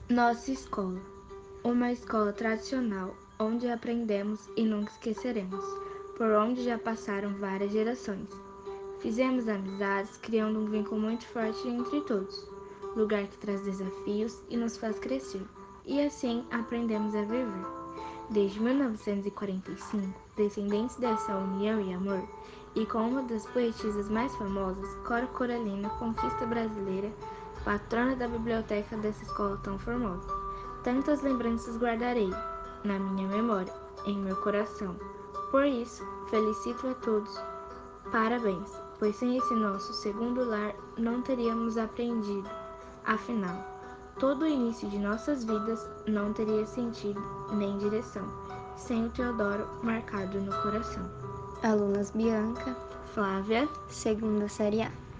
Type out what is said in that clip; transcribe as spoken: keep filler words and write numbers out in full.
Nossa escola, uma escola tradicional onde aprendemos e nunca esqueceremos, por onde já passaram várias gerações. Fizemos amizades, criando um vínculo muito forte entre todos, lugar que traz desafios e nos faz crescer, e assim aprendemos a viver. Desde mil novecentos e quarenta e cinco, descendentes dessa união e amor, e com uma das poetisas mais famosas, Cora Coralina, conquista brasileira, patrona da biblioteca dessa escola tão formosa. Tantas lembranças guardarei na minha memória, em meu coração. Por isso, felicito a todos. Parabéns, pois sem esse nosso segundo lar não teríamos aprendido. Afinal, todo o início de nossas vidas não teria sentido nem direção, sem o Teodoro marcado no coração. Alunas Bianca, Flávia, segunda série A.